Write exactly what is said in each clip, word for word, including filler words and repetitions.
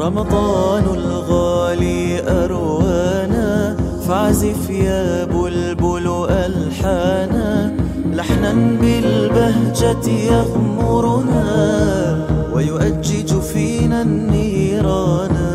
رمضان الغالي أروانا، فاعزف يا بلبل ألحانا، لحنا بالبهجة يغمرنا ويؤجج فينا النيرانا.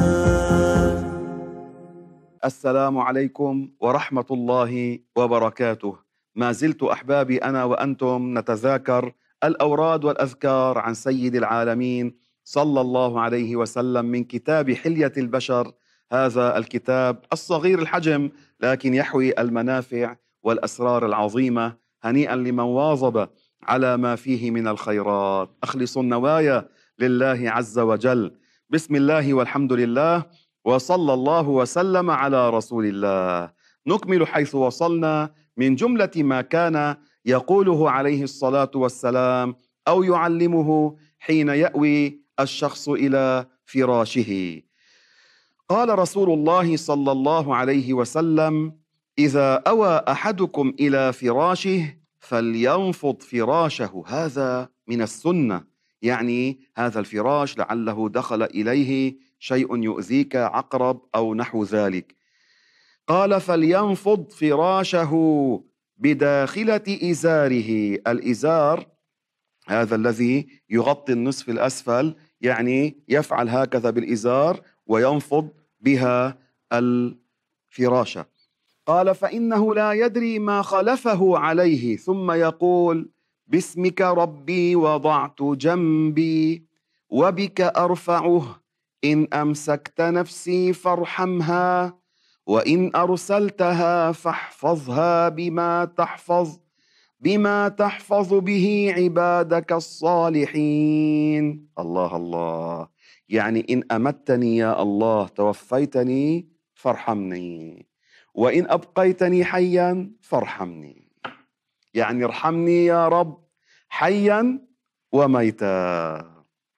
السلام عليكم ورحمة الله وبركاته. ما زلت أحبابي أنا وأنتم نتذاكر الأوراد والأذكار عن سيد العالمين صلى الله عليه وسلم من كتاب حلية البشر. هذا الكتاب الصغير الحجم لكن يحوي المنافع والأسرار العظيمة. هنيئا لمن واظب على ما فيه من الخيرات. أخلص النوايا لله عز وجل. بسم الله والحمد لله وصلى الله وسلم على رسول الله. نكمل حيث وصلنا من جملة ما كان يقوله عليه الصلاة والسلام أو يعلمه حين يأوي الشخص إلى فراشه. قال رسول الله صلى الله عليه وسلم: إذا أوى أحدكم إلى فراشه فلينفض فراشه. هذا من السنة، يعني هذا الفراش لعله دخل إليه شيء يؤذيك، عقرب أو نحو ذلك. قال: فلينفض فراشه بداخلة إزاره. الإزار هذا الذي يغطي النصف الأسفل، يعني يفعل هكذا بالإزار وينفض بها الفراشة. قال: فإنه لا يدري ما خلفه عليه، ثم يقول: باسمك ربي وضعت جنبي وبك أرفعه، إن أمسكت نفسي فارحمها، وإن أرسلتها فاحفظها بما تحفظ بما تحفظ به عبادك الصالحين. الله الله، يعني إن أمتني يا الله توفيتني فارحمني، وإن أبقيتني حيا فارحمني. يعني ارحمني يا رب حيا وميتا.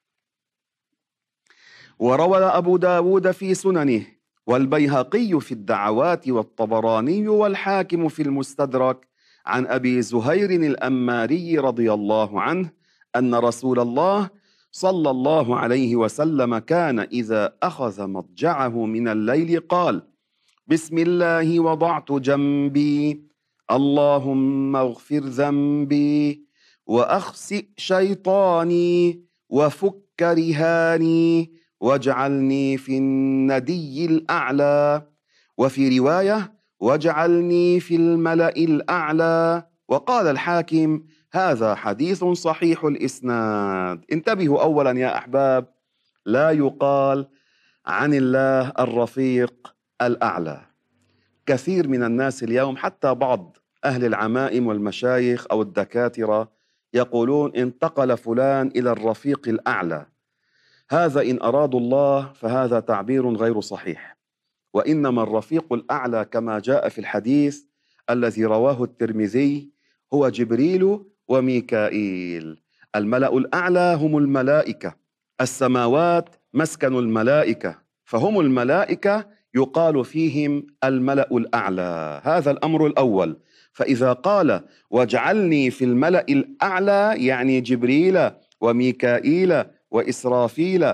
وروى أبو داود في سننه والبيهقي في الدعوات والطبراني والحاكم في المستدرك عن أبي زهير الأماري رضي الله عنه أن رسول الله صلى الله عليه وسلم كان إذا أخذ مضجعه من الليل قال: بسم الله وضعت جنبي، اللهم اغفر ذنبي وأخسئ شيطاني وفك رهاني واجعلني في الندي الأعلى، وفي رواية: واجعلني في الملأ الأعلى. وقال الحاكم: هذا حديث صحيح الإسناد. انتبهوا أولا يا أحباب، لا يقال عن الله الرفيق الأعلى. كثير من الناس اليوم، حتى بعض أهل العمائم والمشايخ أو الدكاترة، يقولون انتقل فلان إلى الرفيق الأعلى. هذا إن أرادوا الله فهذا تعبير غير صحيح، وإنما الرفيق الأعلى كما جاء في الحديث الذي رواه الترمذي هو جبريل وميكائيل. الملأ الأعلى هم الملائكة، السماوات مسكن الملائكة، فهم الملائكة يقال فيهم الملأ الأعلى. هذا الأمر الأول. فإذا قال: واجعلني في الملأ الأعلى، يعني جبريل وميكائيل وإسرافيل.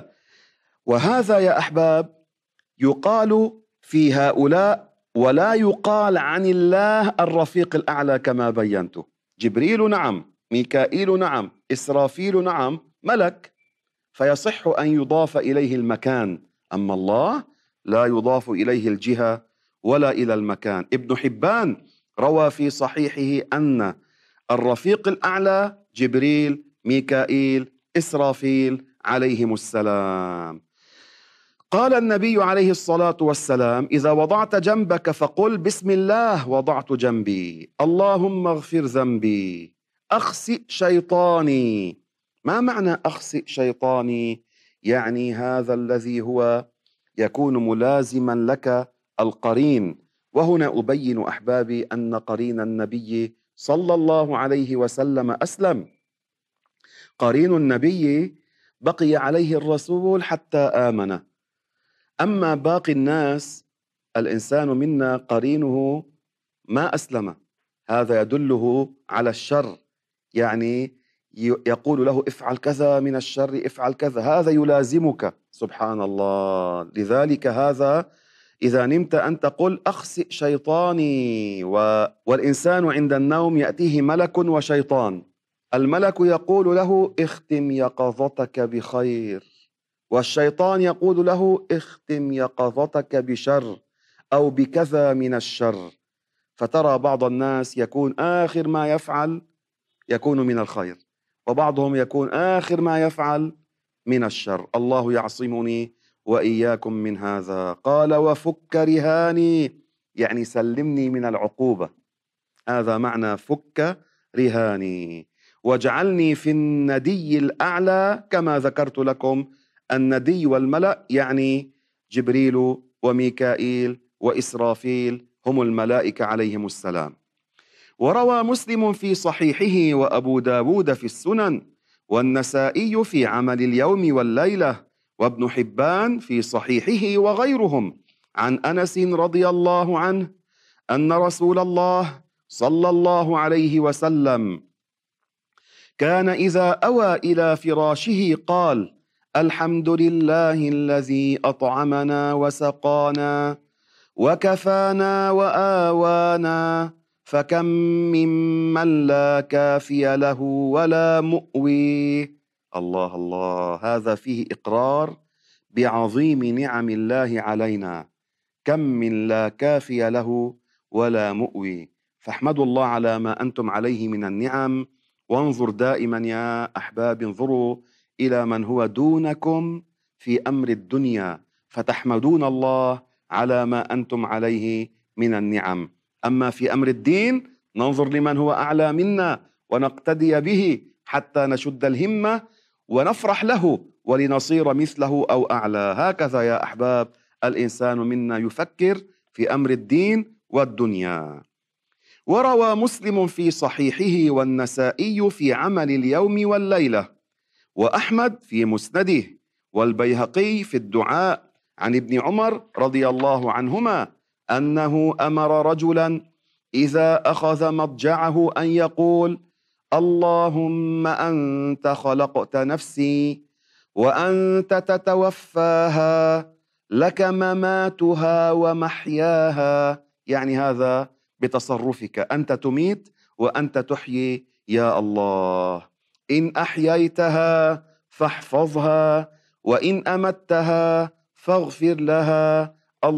وهذا يا أحباب يقال في هؤلاء، ولا يقال عن الله الرفيق الأعلى كما بينت. جبريل نعم، ميكائيل نعم، إسرافيل نعم، ملك، فيصح أن يضاف إليه المكان، أما الله لا يضاف إليه الجهة ولا إلى المكان. ابن حبان روى في صحيحه أن الرفيق الأعلى جبريل، ميكائيل، إسرافيل عليهم السلام. قال النبي عليه الصلاة والسلام: إذا وضعت جنبك فقل: بسم الله وضعت جنبي، اللهم اغفر ذنبي، أخسئ شيطاني. ما معنى أخسئ شيطاني؟ يعني هذا الذي هو يكون ملازما لك، القرين. وهنا أبين أحبابي أن قرين النبي صلى الله عليه وسلم أسلم. قرين النبي بقي عليه الرسول حتى آمن. أما باقي الناس، الإنسان منا قرينه ما أسلم، هذا يدله على الشر، يعني يقول له افعل كذا من الشر، افعل كذا، هذا يلازمك سبحان الله. لذلك هذا إذا نمت أن تقول أخسئ شيطاني، و... والإنسان عند النوم يأتيه ملك وشيطان، الملك يقول له اختم يقظتك بخير، والشيطان يقول له اختم يقظتك بشر أو بكذا من الشر. فترى بعض الناس يكون آخر ما يفعل يكون من الخير، وبعضهم يكون آخر ما يفعل من الشر. الله يعصمني وإياكم من هذا. قال وفك رهاني، يعني سلمني من العقوبة، هذا معنى فك رهاني. واجعلني في الندي الأعلى، كما ذكرت لكم الندي والملأ يعني جبريل وميكائيل وإسرافيل، هم الملائكة عليهم السلام. وروى مسلم في صحيحه وأبو داود في السنن والنسائي في عمل اليوم والليلة وابن حبان في صحيحه وغيرهم عن أنس رضي الله عنه أن رسول الله صلى الله عليه وسلم كان إذا أوى إلى فراشه قال الحمد لله الذي أطعمنا وسقانا وكفانا وآوانا، فكم ممن لا كافي له ولا مؤوي. الله الله، هذا فيه إقرار بعظيم نعم الله علينا، كم من لا كافي له ولا مؤوي. فاحمدوا الله على ما أنتم عليه من النعم، وانظر دائما يا أحباب، انظروا إلى من هو دونكم في أمر الدنيا فتحمدون الله على ما أنتم عليه من النعم. أما في أمر الدين ننظر لمن هو أعلى منا ونقتدي به حتى نشد الهمة ونفرح له ولنصير مثله أو أعلى. هكذا يا أحباب الإنسان منا يفكر في أمر الدين والدنيا. وروى مسلم في صحيحه والنسائي في عمل اليوم والليلة وأحمد في مسنده والبيهقي في الدعاء عن ابن عمر رضي الله عنهما أنه أمر رجلا إذا أخذ مضجعه أن يقول اللهم أنت خلقت نفسي وأنت تتوفاها، لك مماتها ومحياها، يعني هذا بتصرفك، أنت تميت وأنت تحيي يا الله. إن أحييتها فاحفظها، وإن أمتها فاغفر لها،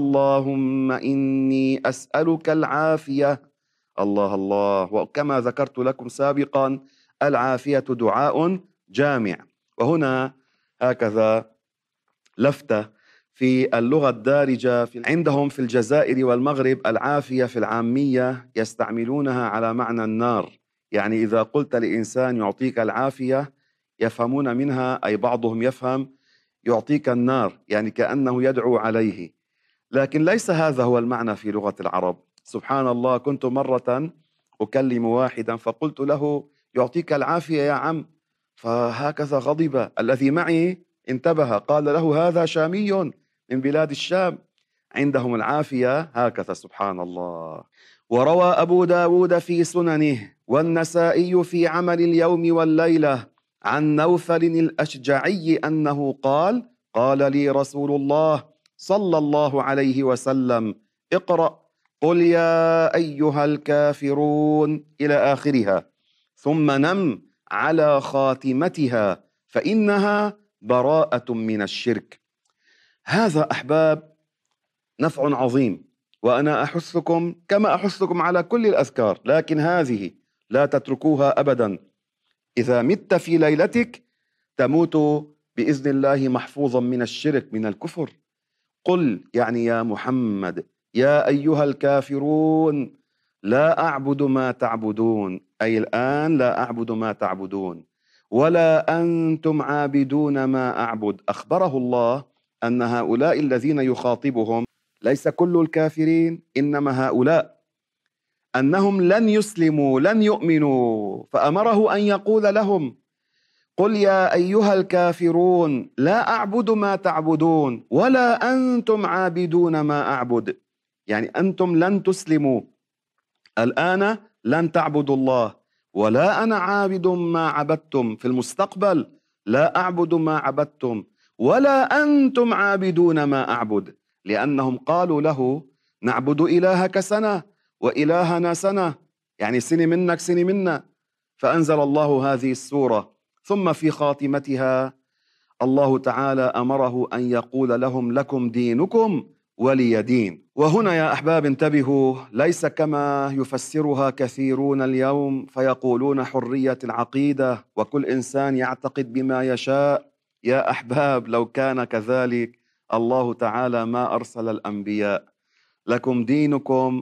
اللهم إني أسألك العافية. الله الله. وكما ذكرت لكم سابقا العافية دعاء جامع. وهنا هكذا لفتة في اللغة الدارجة في عندهم في الجزائر والمغرب، العافية في العامية يستعملونها على معنى النار، يعني إذا قلت لإنسان يعطيك العافية يفهمون منها، أي بعضهم يفهم يعطيك النار، يعني كأنه يدعو عليه، لكن ليس هذا هو المعنى في لغة العرب. سبحان الله، كنت مرة أكلم واحدا فقلت له يعطيك العافية يا عم، فهكذا غضب، الذي معي انتبه، قال له هذا شامي من بلاد الشام، عندهم العافية هكذا. سبحان الله. وروى أبو داود في سننه والنسائي في عمل اليوم والليلة عن نوفل الأشجعي أنه قال قال لي رسول الله صلى الله عليه وسلم اقرأ قل يا أيها الكافرون إلى آخرها، ثم نم على خاتمتها فإنها براءة من الشرك. هذا أحباب نفع عظيم، وأنا أحثكم كما أحثكم على كل الأذكار، لكن هذه لا تتركوها أبدا. إذا مت في ليلتك تموت بإذن الله محفوظا من الشرك، من الكفر. قل يعني يا محمد يا أيها الكافرون لا أعبد ما تعبدون، أي الآن لا أعبد ما تعبدون، ولا أنتم عابدون ما أعبد. أخبره الله أن هؤلاء الذين يخاطبهم ليس كل الكافرين، إنما هؤلاء أنهم لن يسلموا لن يؤمنوا، فأمره أن يقول لهم قل يا أيها الكافرون لا أعبد ما تعبدون ولا أنتم عابدون ما أعبد، يعني أنتم لن تسلموا الآن، لن تعبدوا الله، ولا أنا عابد ما عبدتم في المستقبل، لا أعبد ما عبدتم، ولا أنتم عابدون ما أعبد، لأنهم قالوا له نعبد إلهك سنة وإلهنا سنة، يعني سنة منك سنة منا. فأنزل الله هذه السورة. ثم في خاتمتها الله تعالى أمره أن يقول لهم لكم دينكم ولي دين. وهنا يا أحباب انتبهوا، ليس كما يفسرها كثيرون اليوم فيقولون حرية العقيدة وكل إنسان يعتقد بما يشاء. يا أحباب لو كان كذلك الله تعالى ما أرسل الأنبياء. لكم دينكم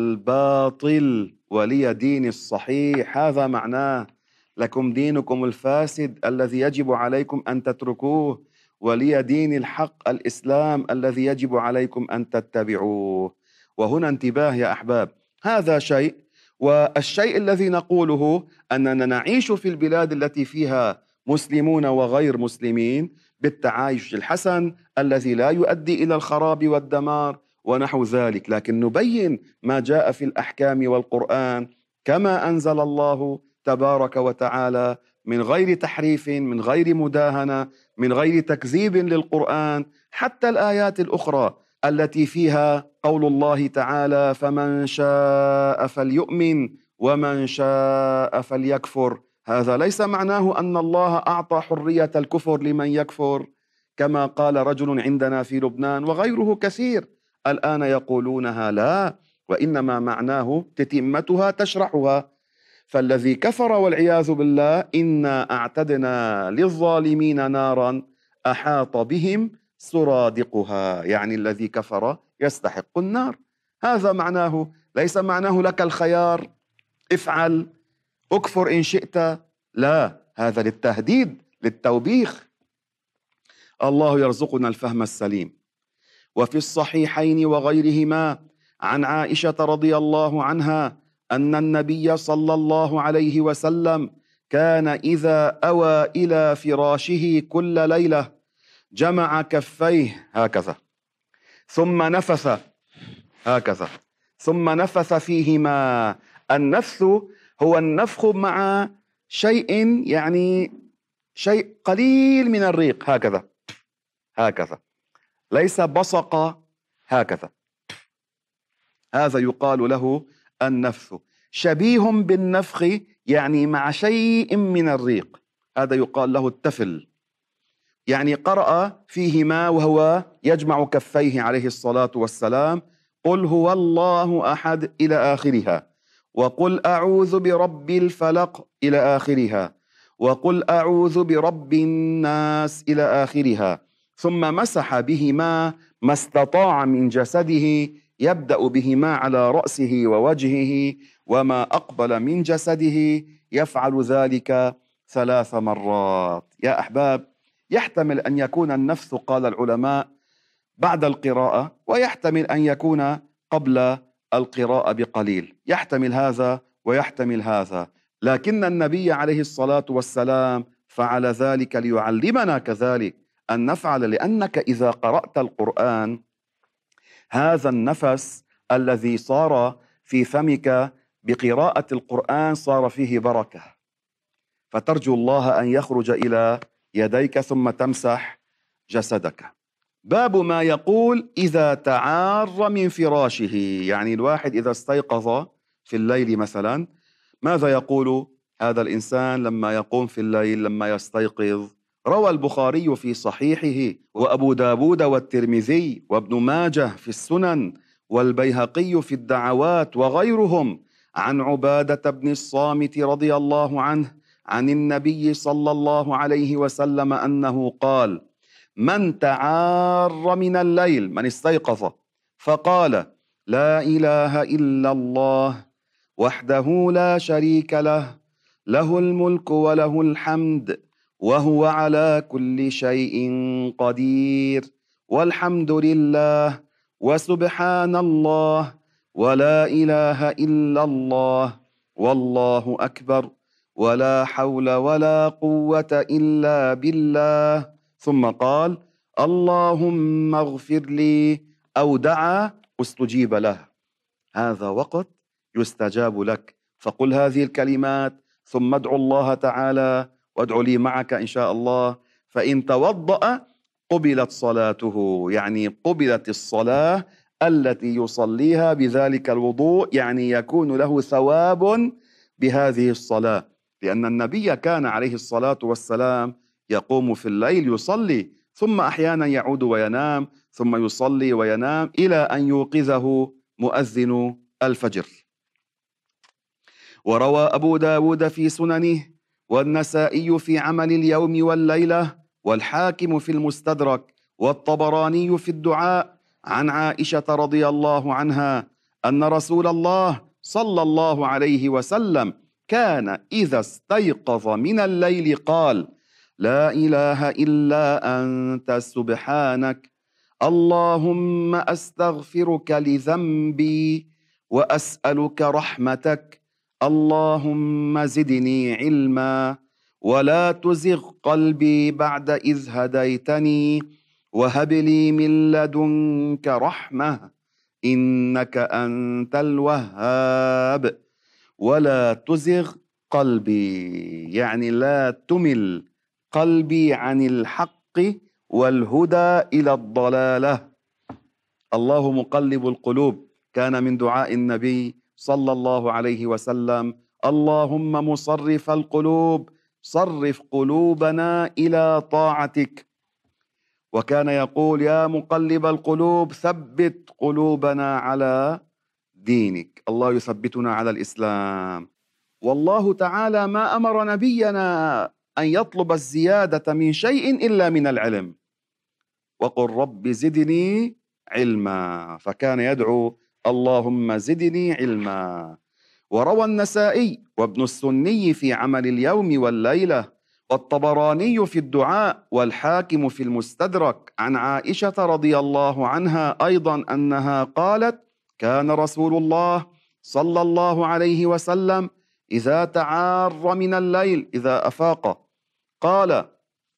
الباطل ولي دين الصحيح، هذا معناه. لكم دينكم الفاسد الذي يجب عليكم أن تتركوه، ولي دين الحق الإسلام الذي يجب عليكم أن تتبعوه. وهنا انتباه يا أحباب، هذا شيء. والشيء الذي نقوله أننا نعيش في البلاد التي فيها مسلمون وغير مسلمين بالتعايش الحسن الذي لا يؤدي إلى الخراب والدمار ونحو ذلك، لكن نبين ما جاء في الأحكام والقرآن كما أنزل الله تبارك وتعالى، من غير تحريف، من غير مداهنة، من غير تكذيب للقرآن. حتى الآيات الأخرى التي فيها قول الله تعالى فمن شاء فليؤمن ومن شاء فليكفر، هذا ليس معناه أن الله أعطى حرية الكفر لمن يكفر كما قال رجل عندنا في لبنان وغيره كثير الآن يقولونها، لا، وإنما معناه تتمتها تشرحها. فالذي كفر والعياذ بالله إنا أعتدنا للظالمين نارا أحاط بهم سرادقها، يعني الذي كفر يستحق النار. هذا معناه، ليس معناه لك الخيار، افعل اكفر إن شئت، لا، هذا للتهديد للتوبيخ. الله يرزقنا الفهم السليم. وفي الصحيحين وغيرهما عن عائشة رضي الله عنها أن النبي صلى الله عليه وسلم كان إذا أوى إلى فراشه كل ليلة جمع كفيه هكذا ثم نفث هكذا ثم نفث فيهما. النفث هو النفخ مع شيء، يعني شيء قليل من الريق، هكذا هكذا، ليس بصق، هكذا، هذا يقال له النفث. شبيه بالنفخ يعني مع شيء من الريق، هذا يقال له التفل. يعني قرأ فيهما وهو يجمع كفيه عليه الصلاة والسلام قل هو الله أحد إلى آخرها، وقل أعوذ برب الفلق إلى آخرها، وقل أعوذ برب الناس إلى آخرها، ثم مسح بهما ما استطاع من جسده، يبدأ بهما على رأسه ووجهه وما أقبل من جسده، يفعل ذلك ثلاث مرات. يا أحباب، يحتمل أن يكون النفث قال العلماء بعد القراءة، ويحتمل أن يكون قبل القراءة بقليل، يحتمل هذا ويحتمل هذا، لكن النبي عليه الصلاة والسلام فعل ذلك ليعلمنا كذلك أن نفعل، لأنك إذا قرأت القرآن هذا النفس الذي صار في فمك بقراءة القرآن صار فيه بركة، فترجو الله أن يخرج إلى يديك ثم تمسح جسدك. باب ما يقول إذا تعار من فراشه، يعني الواحد إذا استيقظ في الليل مثلا ماذا يقول هذا الإنسان لما يقوم في الليل لما يستيقظ؟ روى البخاري في صحيحه وأبو داود والترمذي وابن ماجه في السنن والبيهقي في الدعوات وغيرهم عن عبادة بن الصامت رضي الله عنه عن النبي صلى الله عليه وسلم أنه قال من تعار من الليل، من استيقظ فقال لا إله إلا الله وحده لا شريك له له الملك وله الحمد وهو على كل شيء قدير والحمد لله وسبحان الله ولا إله إلا الله والله أكبر ولا حول ولا قوة إلا بالله، ثم قال اللهم اغفر لي أو دعا استجيب له. هذا وقت يستجاب لك، فقل هذه الكلمات ثم ادعو الله تعالى، وادعو لي معك إن شاء الله. فإن توضأ قبلت صلاته، يعني قبلت الصلاة التي يصليها بذلك الوضوء، يعني يكون له ثواب بهذه الصلاة، لأن النبي كان عليه الصلاة والسلام يقوم في الليل يصلي، ثم أحيانا يعود وينام، ثم يصلي وينام إلى أن يوقظه مؤذن الفجر. وروى أبو داود في سننه والنسائي في عمل اليوم والليلة والحاكم في المستدرك والطبراني في الدعاء عن عائشة رضي الله عنها أن رسول الله صلى الله عليه وسلم كان إذا استيقظ من الليل قال: لا إله إلا أنت سبحانك اللهم أستغفرك لذنبي وأسألك رحمتك اللهم زدني علما ولا تزغ قلبي بعد إذ هديتني وهب لي من لدنك رحمة إنك أنت الوهاب ولا تزغ قلبي، يعني لا تمل قلبي عن الحق والهدى إلى الضلالة. الله مقلب القلوب، كان من دعاء النبي صلى الله عليه وسلم: اللهم مصرف القلوب صرف قلوبنا إلى طاعتك. وكان يقول: يا مقلب القلوب ثبت قلوبنا على دينك. الله يثبتنا على الإسلام. والله تعالى ما أمر نبينا أن يطلب الزيادة من شيء إلا من العلم، وقل رب زدني علما، فكان يدعو: اللهم زدني علما. وروى النسائي وابن السني في عمل اليوم والليلة والطبراني في الدعاء والحاكم في المستدرك عن عائشة رضي الله عنها أيضا أنها قالت: كان رسول الله صلى الله عليه وسلم إذا تعار من الليل إذا أفاق قال: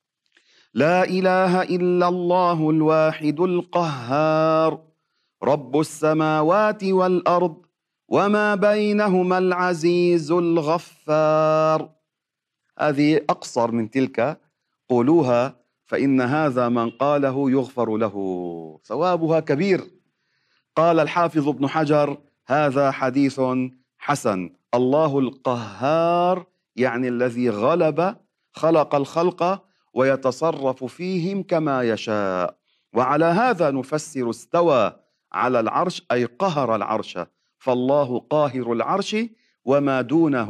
لا إله إلا الله الواحد القهار رب السماوات والأرض وما بينهما العزيز الغفار. هذه أقصر من تلك، قولوها فإن هذا من قاله يغفر له، ثوابها كبير. قال الحافظ ابن حجر: هذا حديث حسن. الله القهار يعني الذي غلب خلق الخلق ويتصرف فيهم كما يشاء. وعلى هذا نفسر استوى على العرش أي قهر العرش، فالله قاهر العرش وما دونه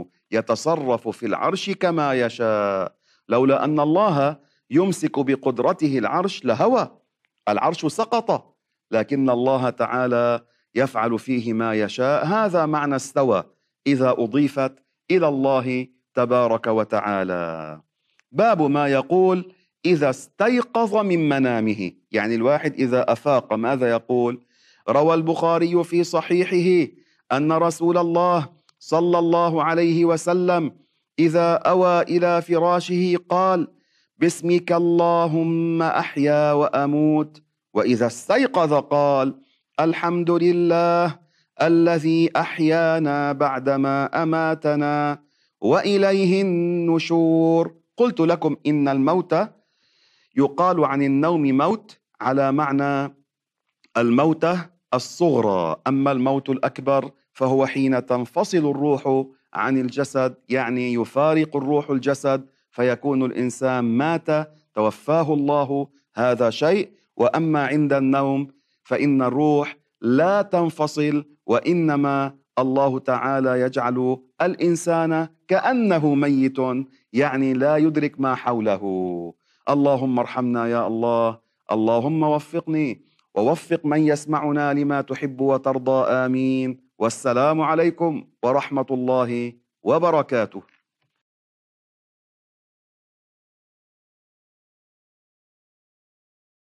يتصرف في العرش كما يشاء. لولا أن الله يمسك بقدرته العرش لهوى، العرش سقط، لكن الله تعالى يفعل فيه ما يشاء. هذا معنى استوى إذا أضيفت إلى الله تبارك وتعالى. باب ما يقول إذا استيقظ من منامه، يعني الواحد إذا أفاق ماذا يقول؟ روى البخاري في صحيحه أن رسول الله صلى الله عليه وسلم إذا أوى إلى فراشه قال: باسمك اللهم أحيا وأموت. وإذا استيقظ قال: الحمد لله الذي أحيانا بعدما أماتنا وإليه النشور. قلت لكم إن الموت يقال عن النوم موت على معنى الموتة الصغرى، أما الموت الأكبر فهو حين تنفصل الروح عن الجسد، يعني يفارق الروح الجسد فيكون الإنسان مات توفاه الله، هذا شيء. وأما عند النوم فإن الروح لا تنفصل، وإنما الله تعالى يجعل الإنسان كأنه ميت، يعني لا يدرك ما حوله. اللهم ارحمنا يا الله، اللهم وفقني ووفق من يسمعنا لما تحب وترضى، آمين. والسلام عليكم ورحمة الله وبركاته.